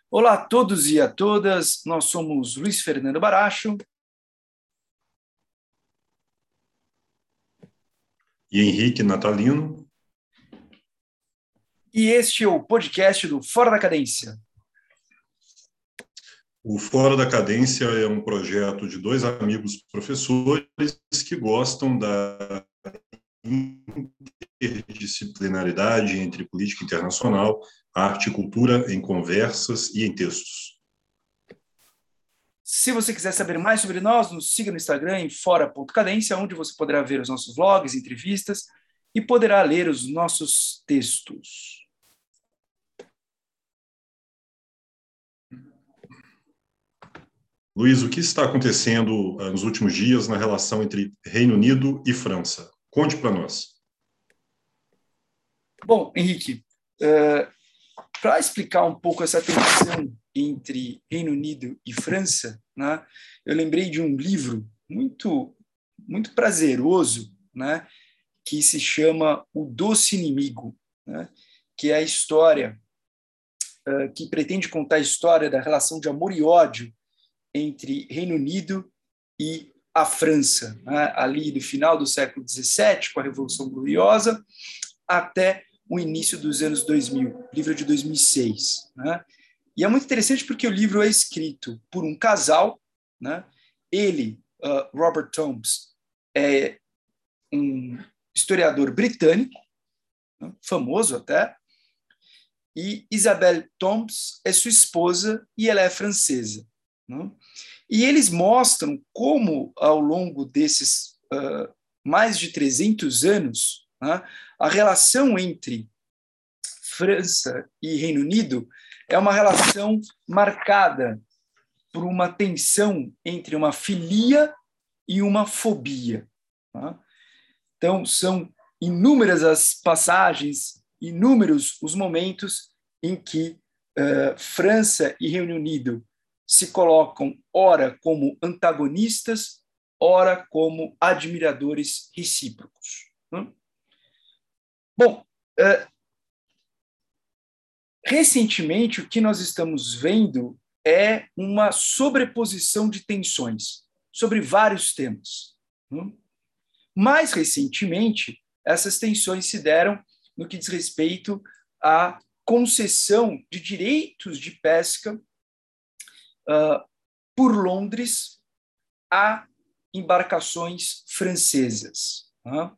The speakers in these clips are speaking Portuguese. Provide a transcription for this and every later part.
Olá a todos e a todas, nós somos Luiz Fernando Baracho E Henrique Natalino. e este é o podcast do Fora da Cadência. O Fora da Cadência é um projeto de dois amigos professores que gostam da interdisciplinaridade entre política internacional, arte e cultura em conversas e em textos. Se você quiser saber mais sobre nós, nos siga no Instagram em fora.cadência, onde você poderá ver os nossos vlogs, entrevistas e poderá ler os nossos textos. Luiz, o que está acontecendo nos últimos dias na relação entre Reino Unido e França? Conte para nós. Bom, Henrique, para explicar um pouco essa tensão entre Reino Unido e França, né, eu lembrei de um livro muito prazeroso, né, que se chama O Doce Inimigo, né, que é a história que pretende contar a história da relação de amor e ódio entre Reino Unido e a França, né, ali do final do século XVII, com a Revolução Gloriosa, até o início dos anos 2000, livro de 2006. Né? E é muito interessante porque o livro é escrito por um casal, né? Ele, Robert Tombs, é um historiador britânico, né? Famoso até, e Isabelle Tombs é sua esposa e ela é francesa. Né? E eles mostram como, ao longo desses mais de 300 anos, né, a relação entre França e Reino Unido é uma relação marcada por uma tensão entre uma filia e uma fobia. Tá? Então, são inúmeras as passagens, inúmeros os momentos em que França e Reino Unido se colocam, ora como antagonistas, ora como admiradores recíprocos. Bom, recentemente, o que nós estamos vendo é uma sobreposição de tensões sobre vários temas. Mais recentemente, essas tensões se deram no que diz respeito à concessão de direitos de pesca por Londres a embarcações francesas.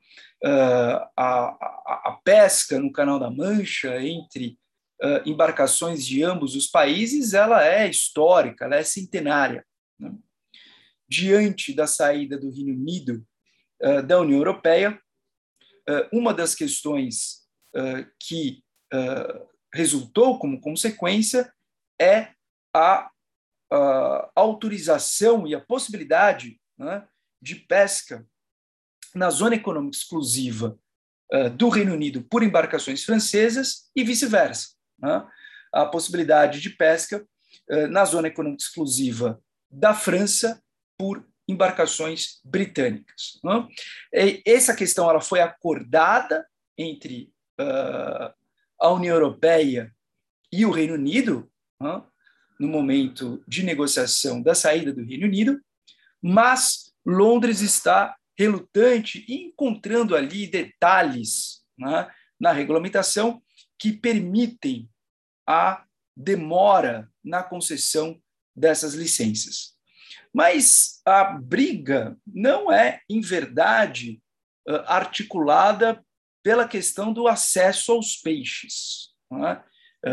A pesca no Canal da Mancha entre embarcações de ambos os países, ela é histórica, ela é centenária. Né? Diante da saída do Reino Unido da União Europeia, uma das questões que resultou como consequência é a autorização e a possibilidade, né, de pesca na zona econômica exclusiva do Reino Unido por embarcações francesas e vice-versa. Né? A possibilidade de pesca na zona econômica exclusiva da França por embarcações britânicas. Né? Essa questão ela foi acordada entre a União Europeia e o Reino Unido, né, no momento de negociação da saída do Reino Unido, mas Londres está relutante e encontrando ali detalhes, né, na regulamentação que permitem a demora na concessão dessas licenças. Mas a briga não é, em verdade, articulada pela questão do acesso aos peixes, né,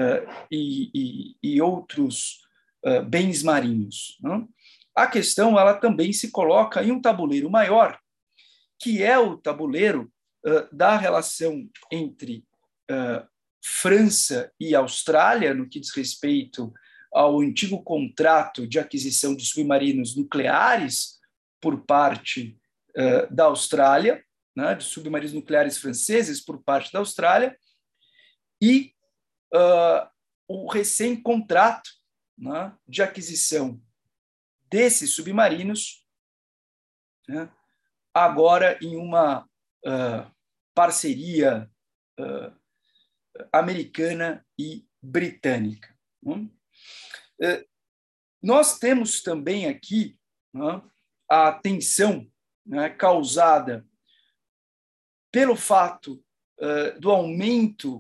e outros bens marinhos. Né? A questão ela também se coloca em um tabuleiro maior, que é o tabuleiro da relação entre França e Austrália, no que diz respeito ao antigo contrato de aquisição de submarinos nucleares por parte da Austrália, né, de submarinos nucleares franceses por parte da Austrália, e o recém-contrato, né, de aquisição desses submarinos, né, agora em uma parceria americana e britânica. Nós temos também aqui, né, a tensão, né, causada pelo fato do aumento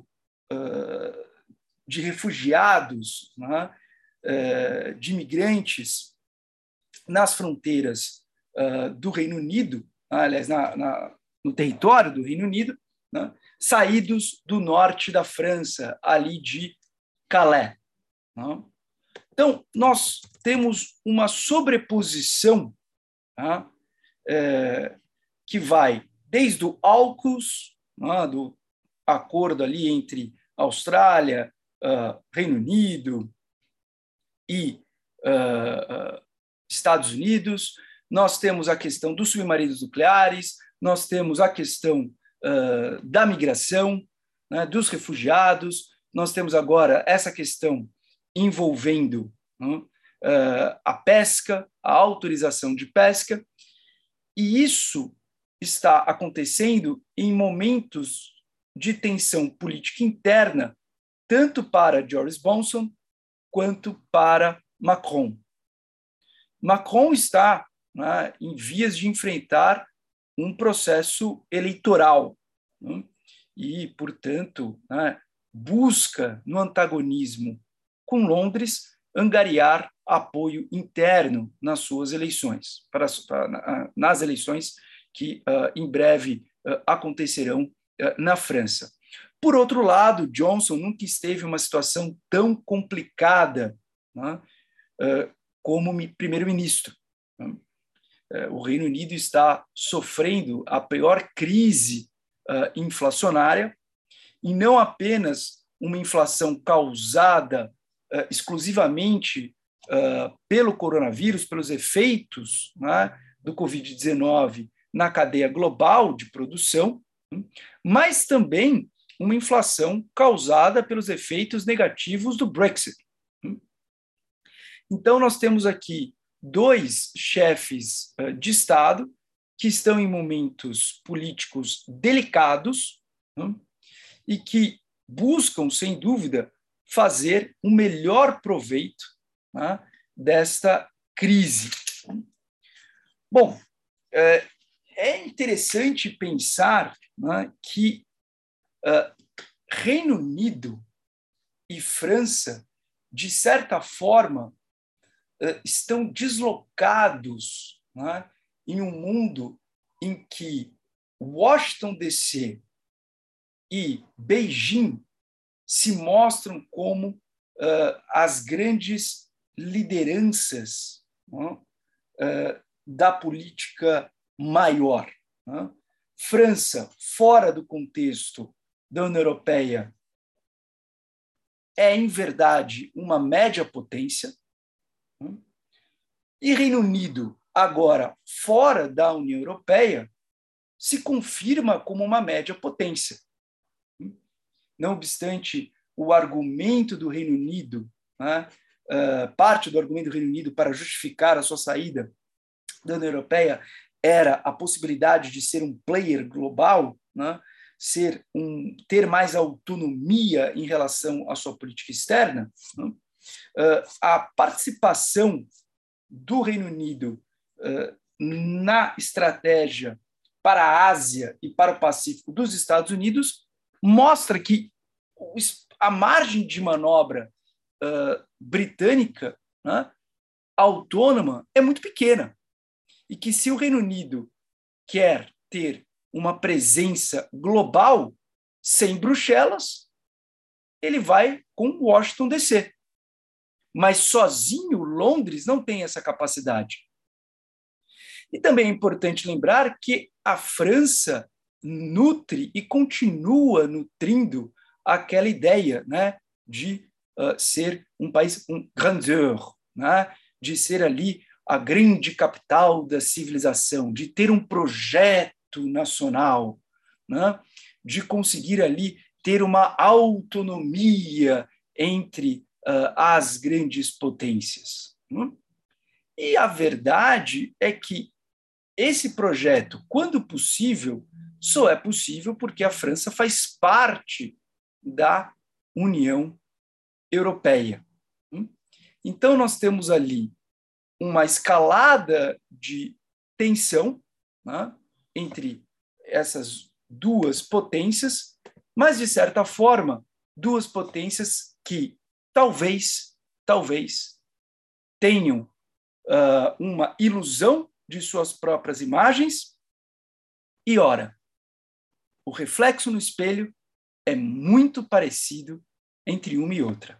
de refugiados, né, de imigrantes nas fronteiras do Reino Unido, aliás, no território do Reino Unido, né, saídos do norte da França, ali de Calais. Né? Então, nós temos uma sobreposição, tá, que vai desde o AUKUS, né, do acordo ali entre Austrália, Reino Unido e Estados Unidos, nós temos a questão dos submarinos nucleares, nós temos a questão da migração, né, dos refugiados, nós temos agora essa questão envolvendo, né, a pesca, a autorização de pesca, e isso está acontecendo em momentos de tensão política interna, tanto para Boris Johnson quanto para Macron. Macron está, né, em vias de enfrentar um processo eleitoral, né, e, portanto, né, busca, no antagonismo com Londres, angariar apoio interno nas suas eleições, nas eleições que em breve acontecerão na França. Por outro lado, Johnson nunca esteve em uma situação tão complicada, né, como primeiro-ministro. O Reino Unido está sofrendo a pior crise inflacionária, e não apenas uma inflação causada exclusivamente pelo coronavírus, pelos efeitos, né, do Covid-19 na cadeia global de produção, mas também uma inflação causada pelos efeitos negativos do Brexit. Então, nós temos aqui dois chefes de Estado que estão em momentos políticos delicados, né, e que buscam, sem dúvida, fazer o melhor proveito, né, desta crise. Bom, é interessante pensar, né, que Reino Unido e França, de certa forma, estão deslocados, né, em um mundo em que Washington DC e Beijing se mostram como as grandes lideranças, né, da política maior. Né? França, fora do contexto da União Europeia, é, em verdade, uma média potência, né? E Reino Unido, agora fora da União Europeia, se confirma como uma média potência. Não obstante o argumento do Reino Unido, né, parte do argumento do Reino Unido para justificar a sua saída da União Europeia era a possibilidade de ser um player global, né, ter mais autonomia em relação à sua política externa, né, a participação do Reino Unido na estratégia para a Ásia e para o Pacífico dos Estados Unidos mostra que a margem de manobra britânica, né, autônoma, é muito pequena. E que se o Reino Unido quer ter uma presença global sem Bruxelas, ele vai com Washington DC. Mas sozinho, Londres não tem essa capacidade. E também é importante lembrar que a França nutre e continua nutrindo aquela ideia, né, de ser um país, um grandeur, né, de ser ali a grande capital da civilização, de ter um projeto nacional, né, de conseguir ali ter uma autonomia entre as grandes potências. Né? E a verdade é que esse projeto, quando possível, só é possível porque a França faz parte da União Europeia. Então, nós temos ali uma escalada de tensão, né, entre essas duas potências, mas, de certa forma, duas potências que talvez tenham uma ilusão de suas próprias imagens e, ora, o reflexo no espelho é muito parecido entre uma e outra.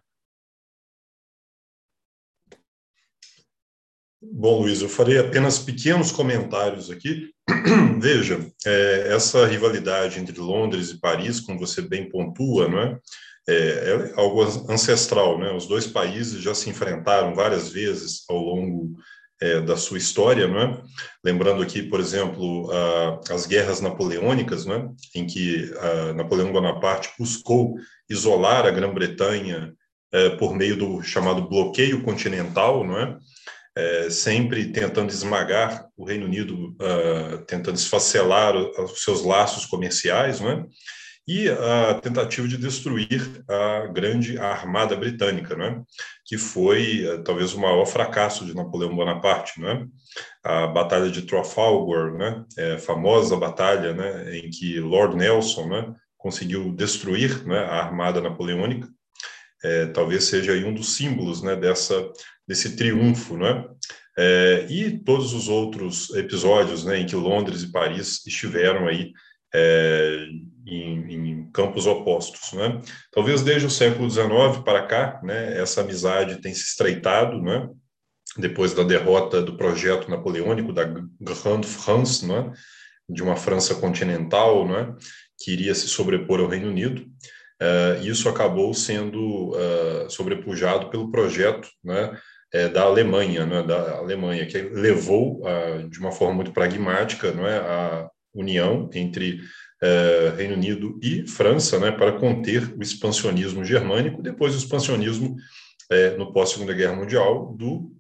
Bom, Luiz, eu farei apenas pequenos comentários aqui. Veja, essa rivalidade entre Londres e Paris, como você bem pontua, não é? É algo ancestral, né? Os dois países já se enfrentaram várias vezes ao longo da sua história, não é? Lembrando aqui, por exemplo, as guerras napoleônicas, não é? Em que Napoleão Bonaparte buscou isolar a Grã-Bretanha por meio do chamado bloqueio continental, não é? Sempre tentando esmagar o Reino Unido, tentando esfacelar os seus laços comerciais, não é? E a tentativa de destruir a grande armada britânica, não é? Que foi talvez o maior fracasso de Napoleão Bonaparte, não é? A Batalha de Trafalgar, né? Famosa batalha, né? Em que Lord Nelson, né? Conseguiu destruir, né? A armada napoleônica. Talvez seja aí um dos símbolos, né? Desse triunfo, né? E todos os outros episódios, né, em que Londres e Paris estiveram aí em campos opostos, né? Talvez desde o século XIX para cá, né, essa amizade tem se estreitado, né? Depois da derrota do projeto napoleônico da Grande France, né? De uma França continental, né? Que iria se sobrepor ao Reino Unido. Isso acabou sendo sobrepujado pelo projeto, né, da Alemanha, né, que levou de uma forma muito pragmática, né, a união entre Reino Unido e França, né, para conter o expansionismo germânico, depois o expansionismo no pós-Segunda Guerra Mundial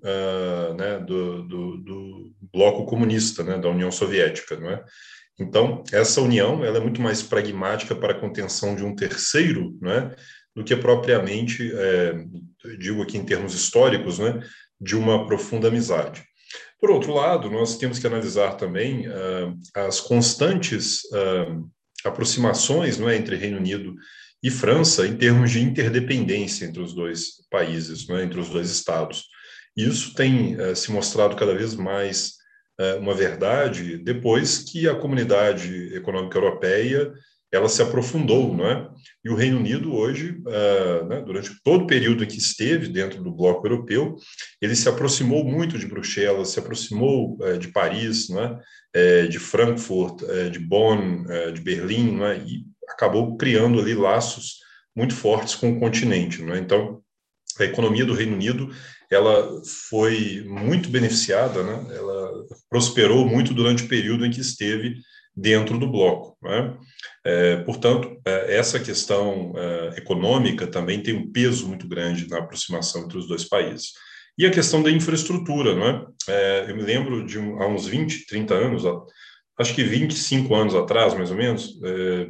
do bloco comunista, né, da União Soviética, não é? Então, essa união ela é muito mais pragmática para a contenção de um terceiro, né, do que propriamente, digo aqui em termos históricos, né, de uma profunda amizade. Por outro lado, nós temos que analisar também as constantes aproximações, não é, entre Reino Unido e França em termos de interdependência entre os dois países, não é, entre os dois estados. Isso tem se mostrado cada vez mais uma verdade depois que a Comunidade Econômica Europeia ela se aprofundou, não é? E o Reino Unido hoje, né, durante todo o período em que esteve dentro do bloco europeu, ele se aproximou muito de Bruxelas, se aproximou de Paris, não é? De Frankfurt, de Bonn, de Berlim, não é? E acabou criando ali laços muito fortes com o continente, não é? Então, a economia do Reino Unido ela foi muito beneficiada, né? Ela prosperou muito durante o período em que esteve dentro do bloco, né? Portanto, essa questão econômica também tem um peso muito grande na aproximação entre os dois países. E a questão da infraestrutura, não é? Eu me lembro de há uns 20, 30 anos, acho que 25 anos atrás, mais ou menos,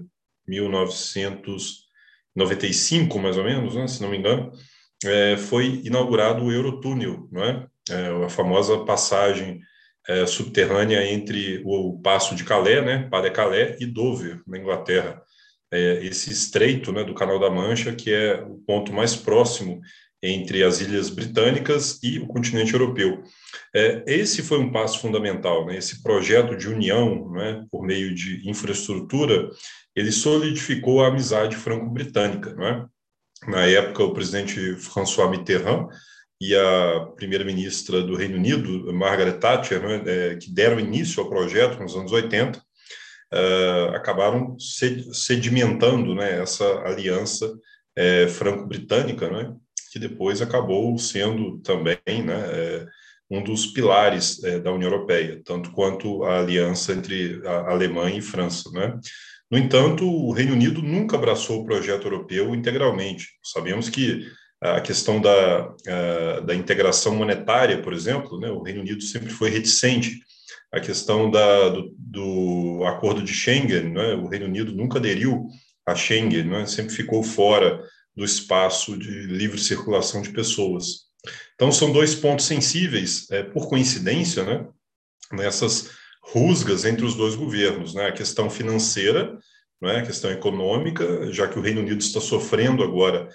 1995, mais ou menos, né, se não me engano, foi inaugurado o Eurotúnel, não é? A famosa passagem subterrânea entre o Paço de Calais, né, Pas-de-Calais, e Dover, na Inglaterra. Esse estreito, né, do Canal da Mancha, que é o ponto mais próximo entre as ilhas britânicas e o continente europeu. Esse foi um passo fundamental, né? Esse projeto de união, né, por meio de infraestrutura, ele solidificou a amizade franco-britânica, não é? Na época, o presidente François Mitterrand e a primeira-ministra do Reino Unido, Margaret Thatcher, né, que deram início ao projeto nos anos 80, acabaram sedimentando, né, essa aliança franco-britânica, né, que depois acabou sendo também, né, um dos pilares da União Europeia, tanto quanto a aliança entre a Alemanha e França, né? No entanto, o Reino Unido nunca abraçou o projeto europeu integralmente. Sabemos que a questão da integração monetária, por exemplo, né, o Reino Unido sempre foi reticente. A questão do acordo de Schengen, né, o Reino Unido nunca aderiu a Schengen, né, sempre ficou fora do espaço de livre circulação de pessoas. Então, são dois pontos sensíveis, por coincidência, né, nessas rusgas entre os dois governos, né, a questão financeira, né, a questão econômica, já que o Reino Unido está sofrendo agora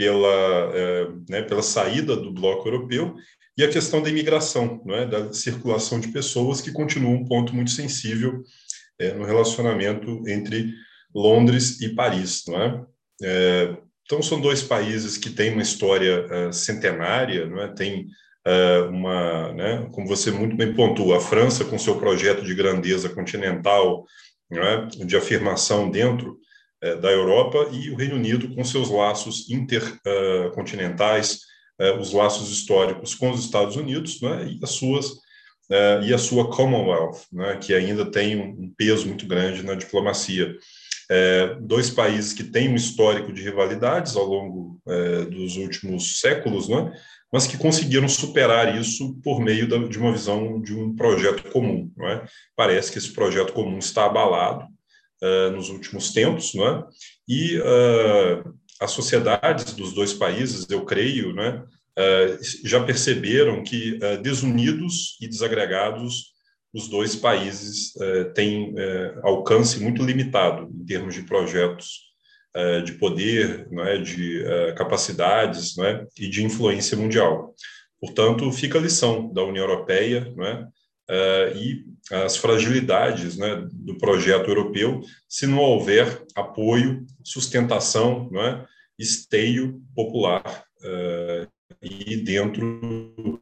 pela saída do bloco europeu, e a questão da imigração, né, da circulação de pessoas, que continua um ponto muito sensível no relacionamento entre Londres e Paris, não é? Então, são dois países que têm uma história centenária, não é? Tem né, como você muito bem pontua, a França com seu projeto de grandeza continental, não é? De afirmação dentro da Europa, e o Reino Unido com seus laços intercontinentais, os laços históricos com os Estados Unidos, não é? E a sua Commonwealth, né, que ainda tem um peso muito grande na diplomacia. Dois países que têm um histórico de rivalidades ao longo dos últimos séculos, né, mas que conseguiram superar isso por meio de uma visão de um projeto comum. Não é? Parece que esse projeto comum está abalado nos últimos tempos, não é? E as sociedades dos dois países, eu creio, né, já perceberam que, desunidos e desagregados, os dois países têm alcance muito limitado em termos de projetos de poder, não é, de capacidades, não é, e de influência mundial. Portanto, fica a lição da União Europeia, não é, e as fragilidades, né, do projeto europeu, se não houver apoio, sustentação, não é, esteio popular e dentro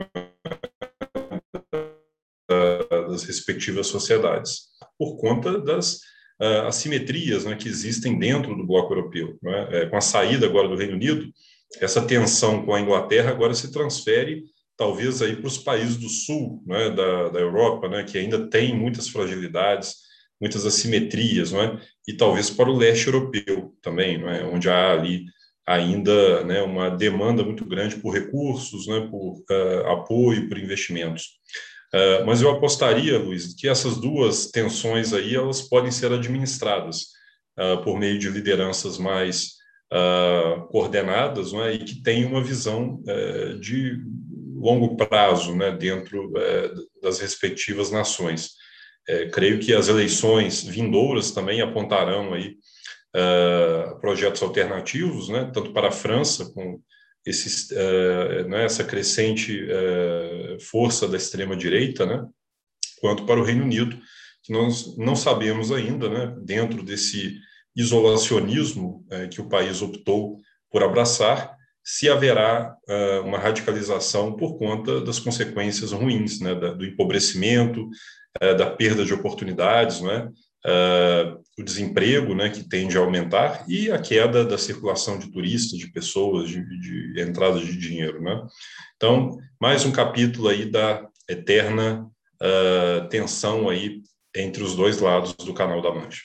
das respectivas sociedades, por conta das assimetrias, né, que existem dentro do bloco europeu. Né? Com a saída agora do Reino Unido, essa tensão com a Inglaterra agora se transfere talvez aí para os países do sul, né, da Europa, né, que ainda tem muitas fragilidades, muitas assimetrias, não é? E talvez para o leste europeu também, não é? Onde há ali ainda, né, uma demanda muito grande por recursos, né, por apoio, por investimentos. Mas eu apostaria, Luiz, que essas duas tensões aí, elas podem ser administradas por meio de lideranças mais coordenadas, não é? E que têm uma visão de longo prazo, né, dentro das respectivas nações. Creio que as eleições vindouras também apontarão aí projetos alternativos, né, tanto para a França, com né, essa crescente força da extrema-direita, né, quanto para o Reino Unido, que nós não sabemos ainda, né, dentro desse isolacionismo que o país optou por abraçar, se haverá uma radicalização por conta das consequências ruins, né, do empobrecimento, da perda de oportunidades, né, o desemprego, né, que tende a aumentar, e a queda da circulação de turistas, de pessoas, de entrada de dinheiro, né? Então, mais um capítulo aí da eterna tensão aí entre os dois lados do Canal da Mancha.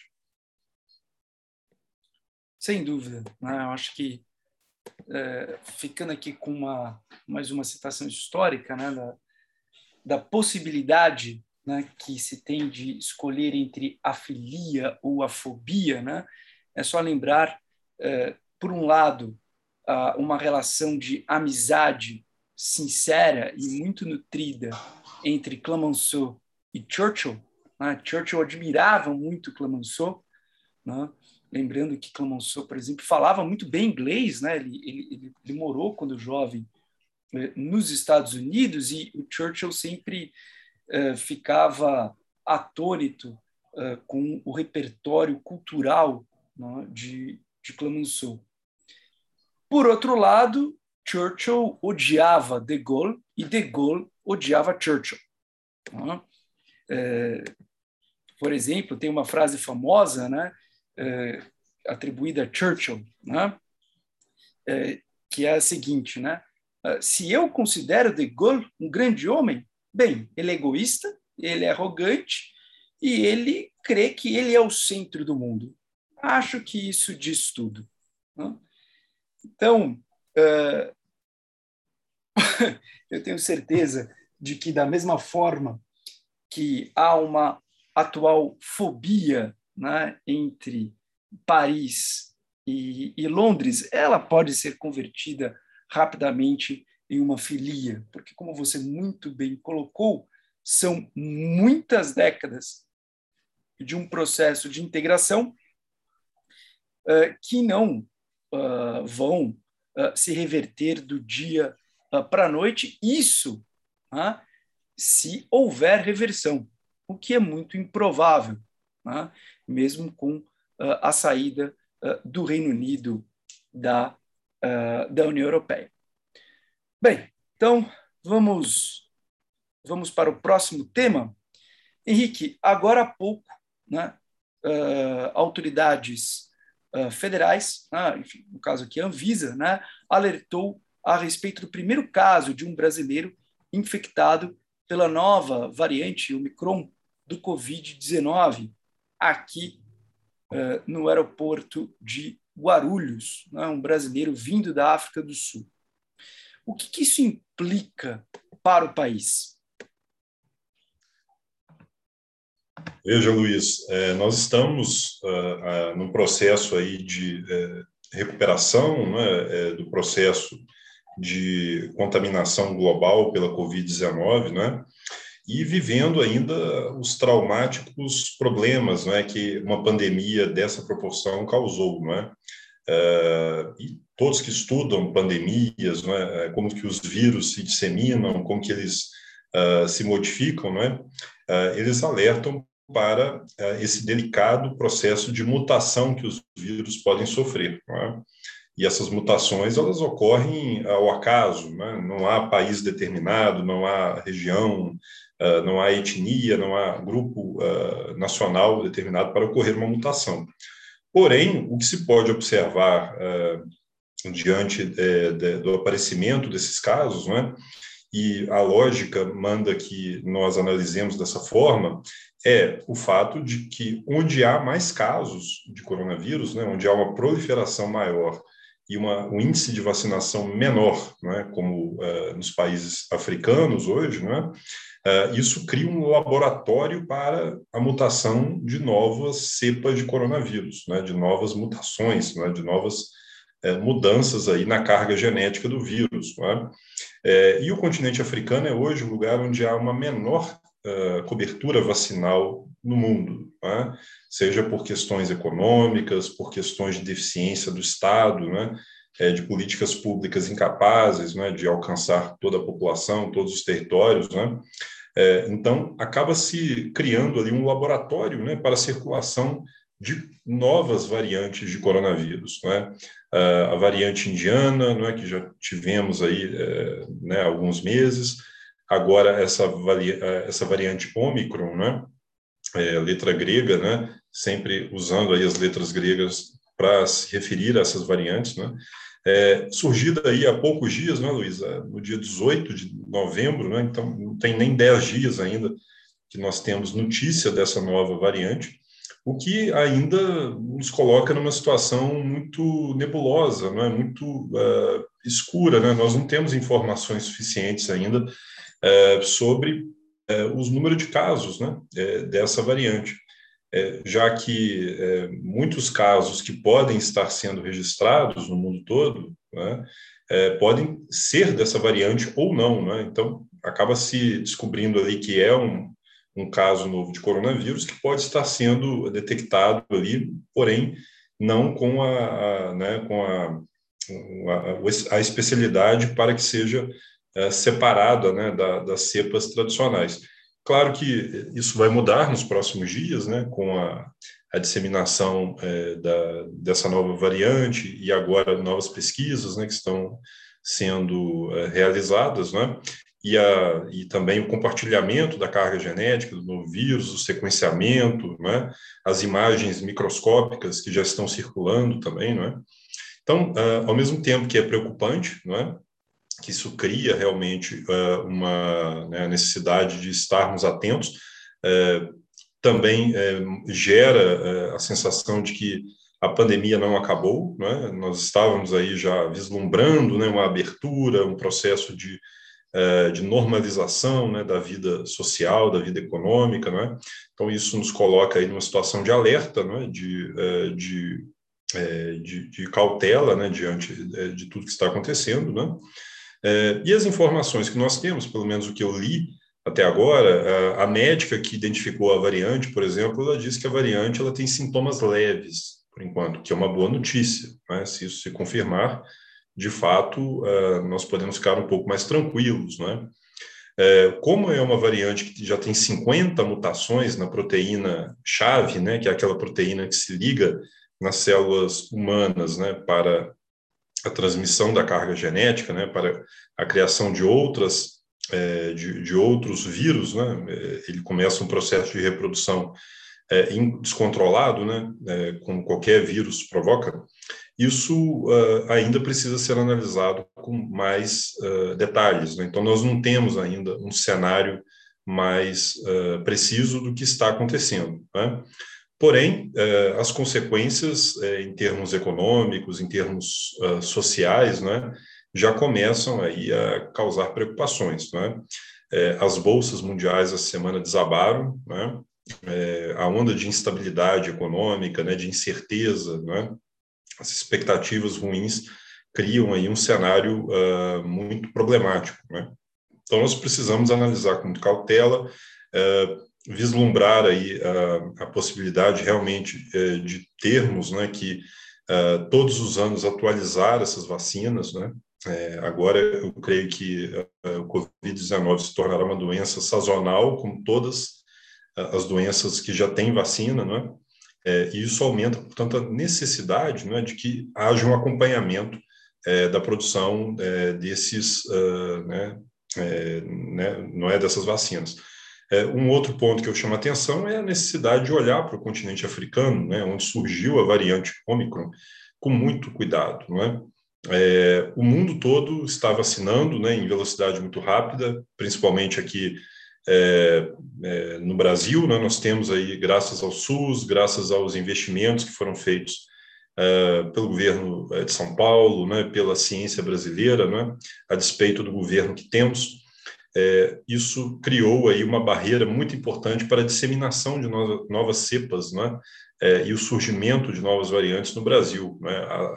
Sem dúvida, né? Eu acho que ficando aqui com mais uma citação histórica, né, da possibilidade, né, que se tem de escolher entre a filia ou a fobia, né? É só lembrar, por um lado, uma relação de amizade sincera e muito nutrida entre Clemenceau e Churchill. Né? Churchill admirava muito Clemenceau, né? Lembrando que Clemenceau, por exemplo, falava muito bem inglês, né? Ele morou, quando jovem, nos Estados Unidos, e o Churchill sempre ficava atônito com o repertório cultural, né, de Clemenceau. Por outro lado, Churchill odiava De Gaulle e De Gaulle odiava Churchill. Né? Por exemplo, tem uma frase famosa, né, atribuída a Churchill, né, que é a seguinte, né? Se eu considero De Gaulle um grande homem, bem, ele é egoísta, ele é arrogante e ele crê que ele é o centro do mundo. Acho que isso diz tudo. Né? Então, eu tenho certeza de que, da mesma forma que há uma atual fobia, né, entre Paris e Londres, ela pode ser convertida rapidamente em uma filia, porque, como você muito bem colocou, são muitas décadas de um processo de integração que não vão se reverter do dia para a noite, isso se houver reversão, o que é muito improvável, mesmo com a saída do Reino Unido da União Europeia. Bem, então vamos para o próximo tema. Henrique, agora há pouco, autoridades federais, enfim, no caso aqui a Anvisa, alertou a respeito do primeiro caso de um brasileiro infectado pela nova variante Omicron do Covid-19 aqui no aeroporto de Guarulhos, um brasileiro vindo da África do Sul. O que isso implica para o país? Veja, Luiz, nós estamos num processo aí de recuperação, do processo de contaminação global pela Covid-19, e vivendo ainda os traumáticos problemas, que uma pandemia dessa proporção causou, e todos que estudam pandemias, como que os vírus se disseminam, como que eles se modificam, eles alertam para esse delicado processo de mutação que os vírus podem sofrer. E essas mutações, elas ocorrem ao acaso, não há país determinado, não há região, não há etnia, não há grupo nacional determinado para ocorrer uma mutação. Porém, o que se pode observar diante do aparecimento desses casos, e a lógica manda que nós analisemos dessa forma, é o fato de que onde há mais casos de coronavírus, onde há uma proliferação maior e um índice de vacinação menor, como nos países africanos hoje, isso cria um laboratório para a mutação de novas cepas de coronavírus, de novas mutações, de novas mudanças aí na carga genética do vírus. E o continente africano é hoje o lugar onde há uma menor cobertura vacinal no mundo, seja por questões econômicas, por questões de deficiência do Estado, de políticas públicas incapazes de alcançar toda a população, todos os territórios. Então, acaba se criando ali um laboratório para a circulação de novas variantes de coronavírus. A variante indiana, que já tivemos aí há alguns meses, agora essa variante Ômicron, letra grega, sempre usando aí as letras gregas para se referir a essas variantes, surgida aí há poucos dias, Luísa? No dia 18 de novembro, então não tem nem 10 dias ainda que nós temos notícia dessa nova variante, o que ainda nos coloca numa situação muito nebulosa, muito escura. Nós não temos informações suficientes ainda sobre os números de casos dessa variante, já que muitos casos que podem estar sendo registrados no mundo todo podem ser dessa variante ou não. Então, acaba se descobrindo ali que é um caso novo de coronavírus que pode estar sendo detectado ali, porém, não com a especialidade para que seja separada das cepas tradicionais. Claro que isso vai mudar nos próximos dias, com a disseminação dessa nova variante e agora novas pesquisas que estão sendo realizadas, e também o compartilhamento da carga genética do novo vírus, o sequenciamento, as imagens microscópicas que já estão circulando também. Então, ao mesmo tempo que é preocupante, que isso cria realmente uma necessidade de estarmos atentos, também gera a sensação de que a pandemia não acabou, nós estávamos aí já vislumbrando uma abertura, um processo de normalização da vida social, da vida econômica. Então, isso nos coloca aí numa situação de alerta, de cautela diante de tudo que está acontecendo, E as informações que nós temos, pelo menos o que eu li até agora, a médica que identificou a variante, por exemplo, ela diz que a variante ela tem sintomas leves, por enquanto, que é uma boa notícia, né? Se isso se confirmar, de fato, nós podemos ficar um pouco mais tranquilos, né? Como é uma variante que já tem 50 mutações na proteína-chave, né, que é aquela proteína que se liga nas células humanas, né, para a transmissão da carga genética, né, para a criação de de outros vírus, né, ele começa um processo de reprodução descontrolado, né, como qualquer vírus provoca. Isso ainda precisa ser analisado com mais detalhes, né? Então, nós não temos ainda um cenário mais preciso do que está acontecendo, né? Porém, as consequências em termos econômicos, em termos sociais, né, já começam aí a causar preocupações, né? As bolsas mundiais essa semana desabaram, né? A onda de instabilidade econômica, né, de incerteza, né? As expectativas ruins criam aí um cenário muito problemático, né? Então, nós precisamos analisar com muita cautela, vislumbrar aí a possibilidade realmente de termos, né, que todos os anos atualizar essas vacinas, né? Agora, eu creio que o Covid-19 se tornará uma doença sazonal, como todas as doenças que já têm vacina, né? E isso aumenta, portanto, a necessidade, né, de que haja um acompanhamento da produção desses, não é dessas vacinas. Um outro ponto que eu chamo a atenção é a necessidade de olhar para o continente africano, né, onde surgiu a variante Ômicron, com muito cuidado, não é? O mundo todo está vacinando, né, em velocidade muito rápida, principalmente aqui no Brasil, né, nós temos aí, graças ao SUS, graças aos investimentos que foram feitos pelo governo de São Paulo, né, pela ciência brasileira, né, a despeito do governo que temos, isso criou aí uma barreira muito importante para a disseminação de novas cepas, né, e o surgimento de novas variantes no Brasil, né.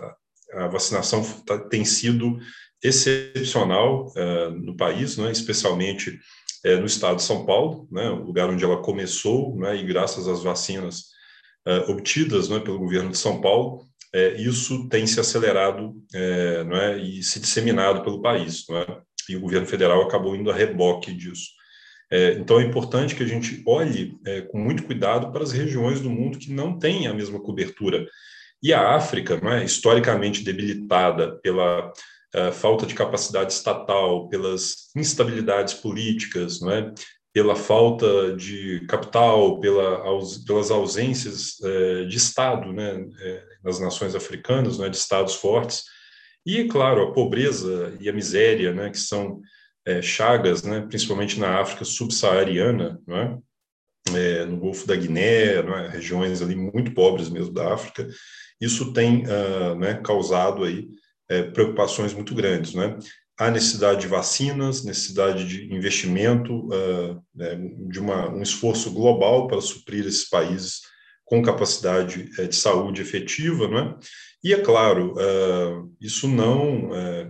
A vacinação tem sido excepcional no país, né, especialmente no estado de São Paulo, né, o lugar onde ela começou, né, e graças às vacinas obtidas, né, pelo governo de São Paulo, isso tem se acelerado, não é, e se disseminado pelo país, não é? E o governo federal acabou indo a reboque disso. Então, é importante que a gente olhe com muito cuidado para as regiões do mundo que não têm a mesma cobertura. E a África, não é, historicamente debilitada pela falta de capacidade estatal, pelas instabilidades políticas, não é? Pela falta de capital, pelas ausências de Estado, né, nas nações africanas, né, de Estados fortes, e, claro, a pobreza e a miséria, né, que são chagas, né, principalmente na África subsaariana, não é? No Golfo da Guiné, não é? Regiões ali muito pobres mesmo da África, isso tem né, causado aí preocupações muito grandes, né? Há necessidade de vacinas, necessidade de investimento, de um esforço global para suprir esses países com capacidade de saúde efetiva, né? E, é claro, isso não,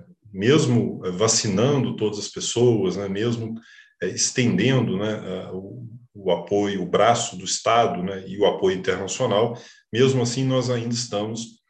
mesmo vacinando todas as pessoas, né, mesmo estendendo, né, o apoio, o braço do Estado, né, e o apoio internacional, mesmo assim nós ainda estamos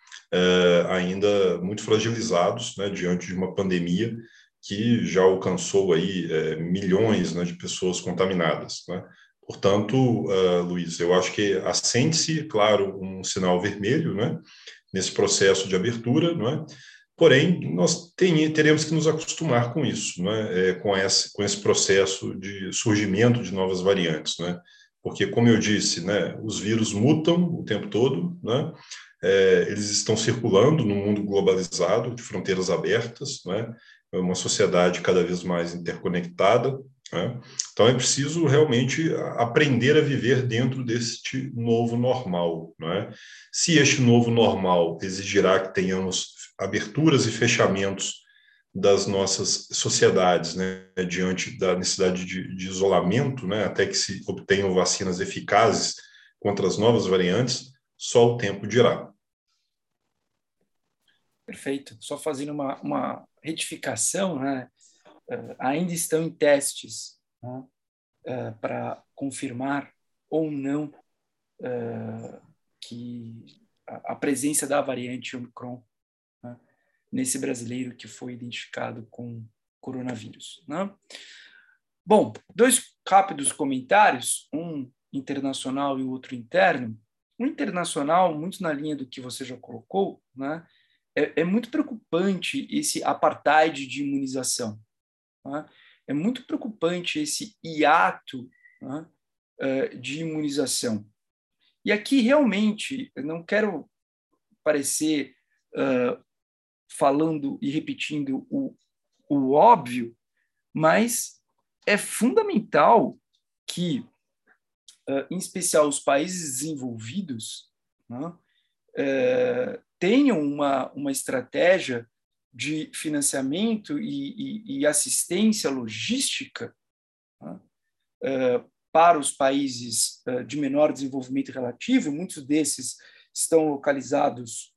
ainda muito fragilizados, né, diante de uma pandemia que já alcançou aí milhões, né, de pessoas contaminadas, né? Portanto, Luiz, eu acho que acende-se, claro, um sinal vermelho, né, nesse processo de abertura, não é? Porém, nós teremos que nos acostumar com isso, né? Com esse processo de surgimento de novas variantes, né? Porque, como eu disse, né, os vírus mutam o tempo todo, né? Eles estão circulando no mundo globalizado, de fronteiras abertas, né? É uma sociedade cada vez mais interconectada, né? Então, é preciso realmente aprender a viver dentro deste novo normal, né? Se este novo normal exigirá que tenhamos aberturas e fechamentos das nossas sociedades, né, diante da necessidade de isolamento, né, até que se obtenham vacinas eficazes contra as novas variantes, só o tempo dirá. Perfeito. Só fazendo uma retificação, né? Ainda estão em testes, né? Para confirmar ou não que a presença da variante Omicron, né, nesse brasileiro que foi identificado com coronavírus, né? Bom, dois rápidos comentários, um internacional e o outro interno. O internacional, muito na linha do que você já colocou, né? É muito preocupante esse apartheid de imunização, né? É muito preocupante esse hiato, né, de imunização. E aqui, realmente, eu não quero parecer falando e repetindo o óbvio, mas é fundamental que, em especial, os países desenvolvidos, né, tenham uma estratégia de financiamento e assistência logística, né, para os países de menor desenvolvimento relativo. Muitos desses estão localizados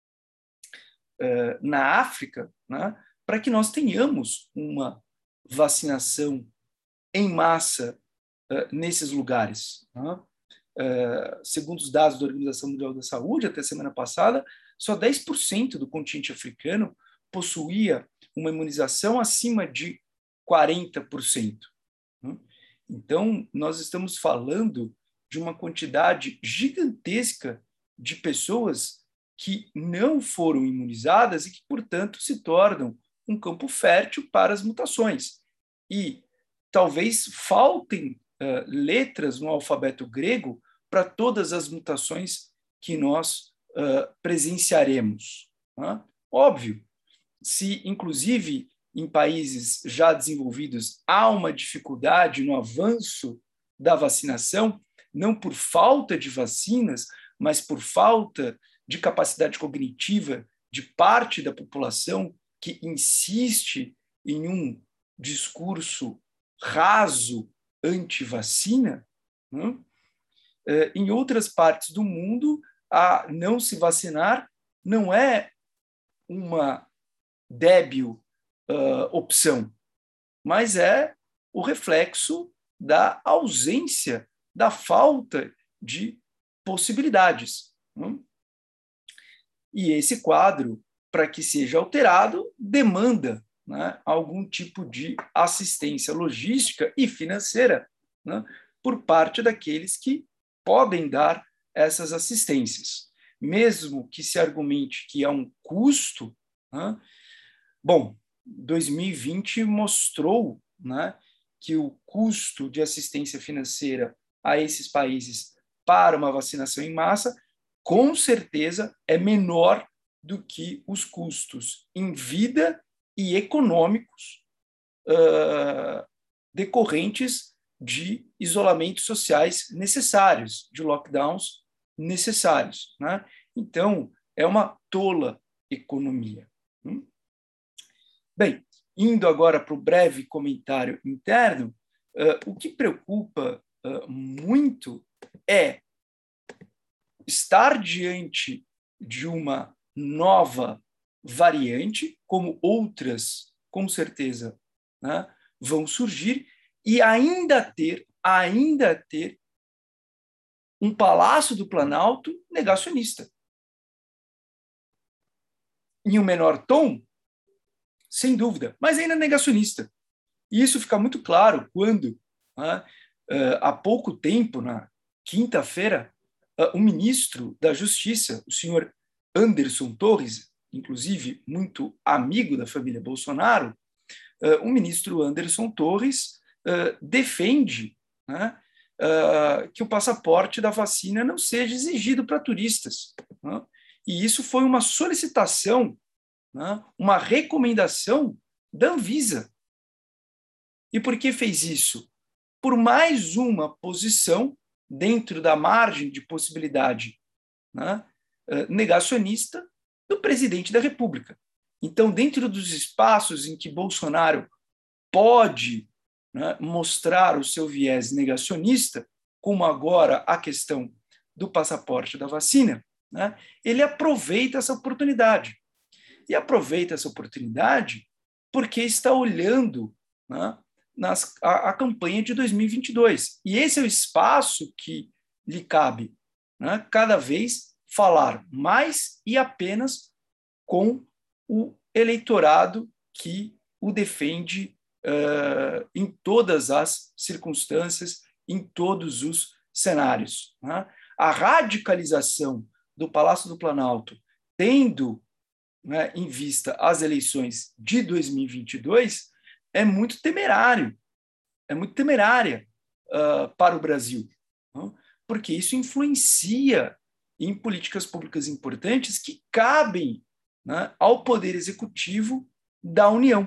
na África, né, para que nós tenhamos uma vacinação em massa nesses lugares, né? Segundo os dados da Organização Mundial da Saúde, até semana passada, só 10% do continente africano possuía uma imunização acima de 40%. Né? Então, nós estamos falando de uma quantidade gigantesca de pessoas que não foram imunizadas e que, portanto, se tornam um campo fértil para as mutações. E talvez faltem letras no alfabeto grego para todas as mutações que nós presenciaremos. Né? Óbvio, se, inclusive, em países já desenvolvidos há uma dificuldade no avanço da vacinação, não por falta de vacinas, mas por falta de capacidade cognitiva de parte da população que insiste em um discurso raso anti-vacina, né? Em outras partes do mundo, a não se vacinar não é uma débil opção, mas é o reflexo da ausência, da falta de possibilidades. Né? E esse quadro, para que seja alterado, demanda, né, algum tipo de assistência logística e financeira, né, por parte daqueles que podem dar essas assistências. Mesmo que se argumente que há um custo, né, bom, 2020 mostrou, né, que o custo de assistência financeira a esses países para uma vacinação em massa, com certeza, é menor do que os custos em vida e econômicos decorrentes de isolamentos sociais necessários, de lockdowns necessários. Né? Então, é uma tola economia. Bem, indo agora para o breve comentário interno, o que preocupa muito é estar diante de uma nova variante, como outras, com certeza, né, vão surgir, e ainda ter um Palácio do Planalto negacionista. Em um menor tom, sem dúvida, mas ainda negacionista. E isso fica muito claro quando, né, há pouco tempo, na quinta-feira, o ministro da Justiça, o senhor Anderson Torres, inclusive muito amigo da família Bolsonaro, o ministro Anderson Torres defende, né, que o passaporte da vacina não seja exigido para turistas. Né? E isso foi uma solicitação, né, uma recomendação da Anvisa. E por que fez isso? Por mais uma posição dentro da margem de possibilidade, né, negacionista do presidente da República. Então, dentro dos espaços em que Bolsonaro pode, né, mostrar o seu viés negacionista, como agora a questão do passaporte da vacina, né, ele aproveita essa oportunidade. e aproveita essa oportunidade porque está olhando, né, a campanha de 2022. E esse é o espaço que lhe cabe, né, cada vez falar mais e apenas com o eleitorado que o defende em todas as circunstâncias, em todos os cenários. Né? A radicalização do Palácio do Planalto, tendo, né, em vista as eleições de 2022, é muito temerário, é muito temerária para o Brasil, né? Porque isso influencia em políticas públicas importantes que cabem, né, ao Poder Executivo da União.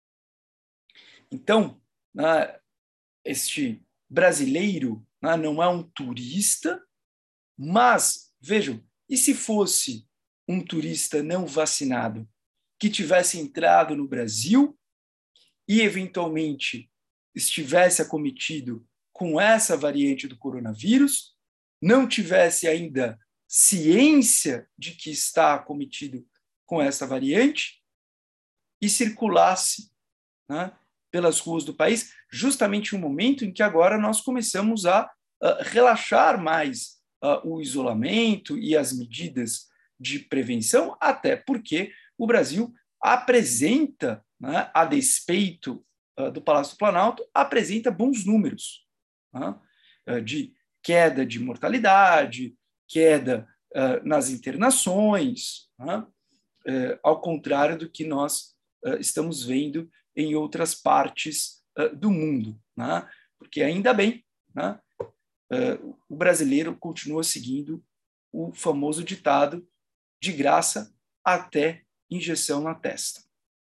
Então, né, este brasileiro, né, não é um turista, mas, vejam, e se fosse um turista não vacinado que tivesse entrado no Brasil e, eventualmente, estivesse acometido com essa variante do coronavírus, não tivesse ainda ciência de que está acometido com essa variante e circulasse, né, pelas ruas do país, justamente no momento em que agora nós começamos a relaxar mais o isolamento e as medidas de prevenção, até porque o Brasil apresenta, né, a despeito do Palácio do Planalto, apresenta bons números, né, de queda de mortalidade, queda nas internações, né, ao contrário do que nós estamos vendo em outras partes do mundo, né? Porque ainda bem, né, o brasileiro continua seguindo o famoso ditado de graça até injeção na testa.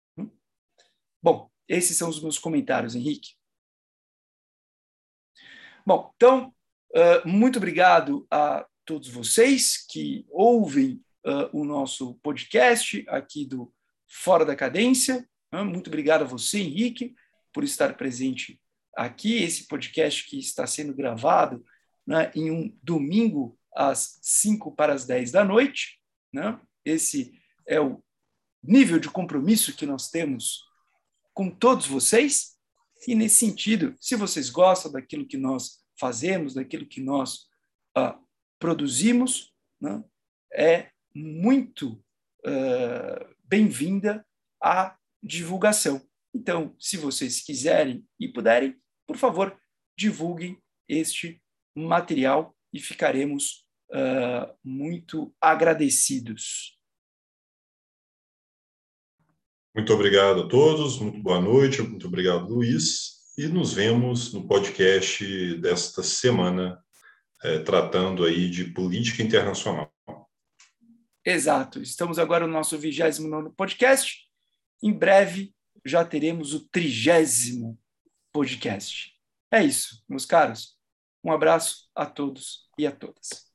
Bom, esses são os meus comentários, Henrique. Bom, então, muito obrigado a todos vocês que ouvem o nosso podcast aqui do Fora da Cadência. Muito obrigado a você, Henrique, por estar presente aqui. Esse podcast que está sendo gravado, né, em um domingo às 5 para as 10 da noite. Né? Esse é o nível de compromisso que nós temos com todos vocês. E, nesse sentido, se vocês gostam daquilo que nós fazemos, daquilo que nós produzimos, né, é muito bem-vinda a divulgação. Então, se vocês quiserem e puderem, por favor, divulguem este material e ficaremos muito agradecidos. Muito obrigado a todos, muito boa noite, muito obrigado, Luiz, e nos vemos no podcast desta semana, tratando aí de política internacional. Exato, estamos agora no nosso 29º podcast. Em breve já teremos o 30º podcast. É isso, meus caros. Um abraço a todos e a todas.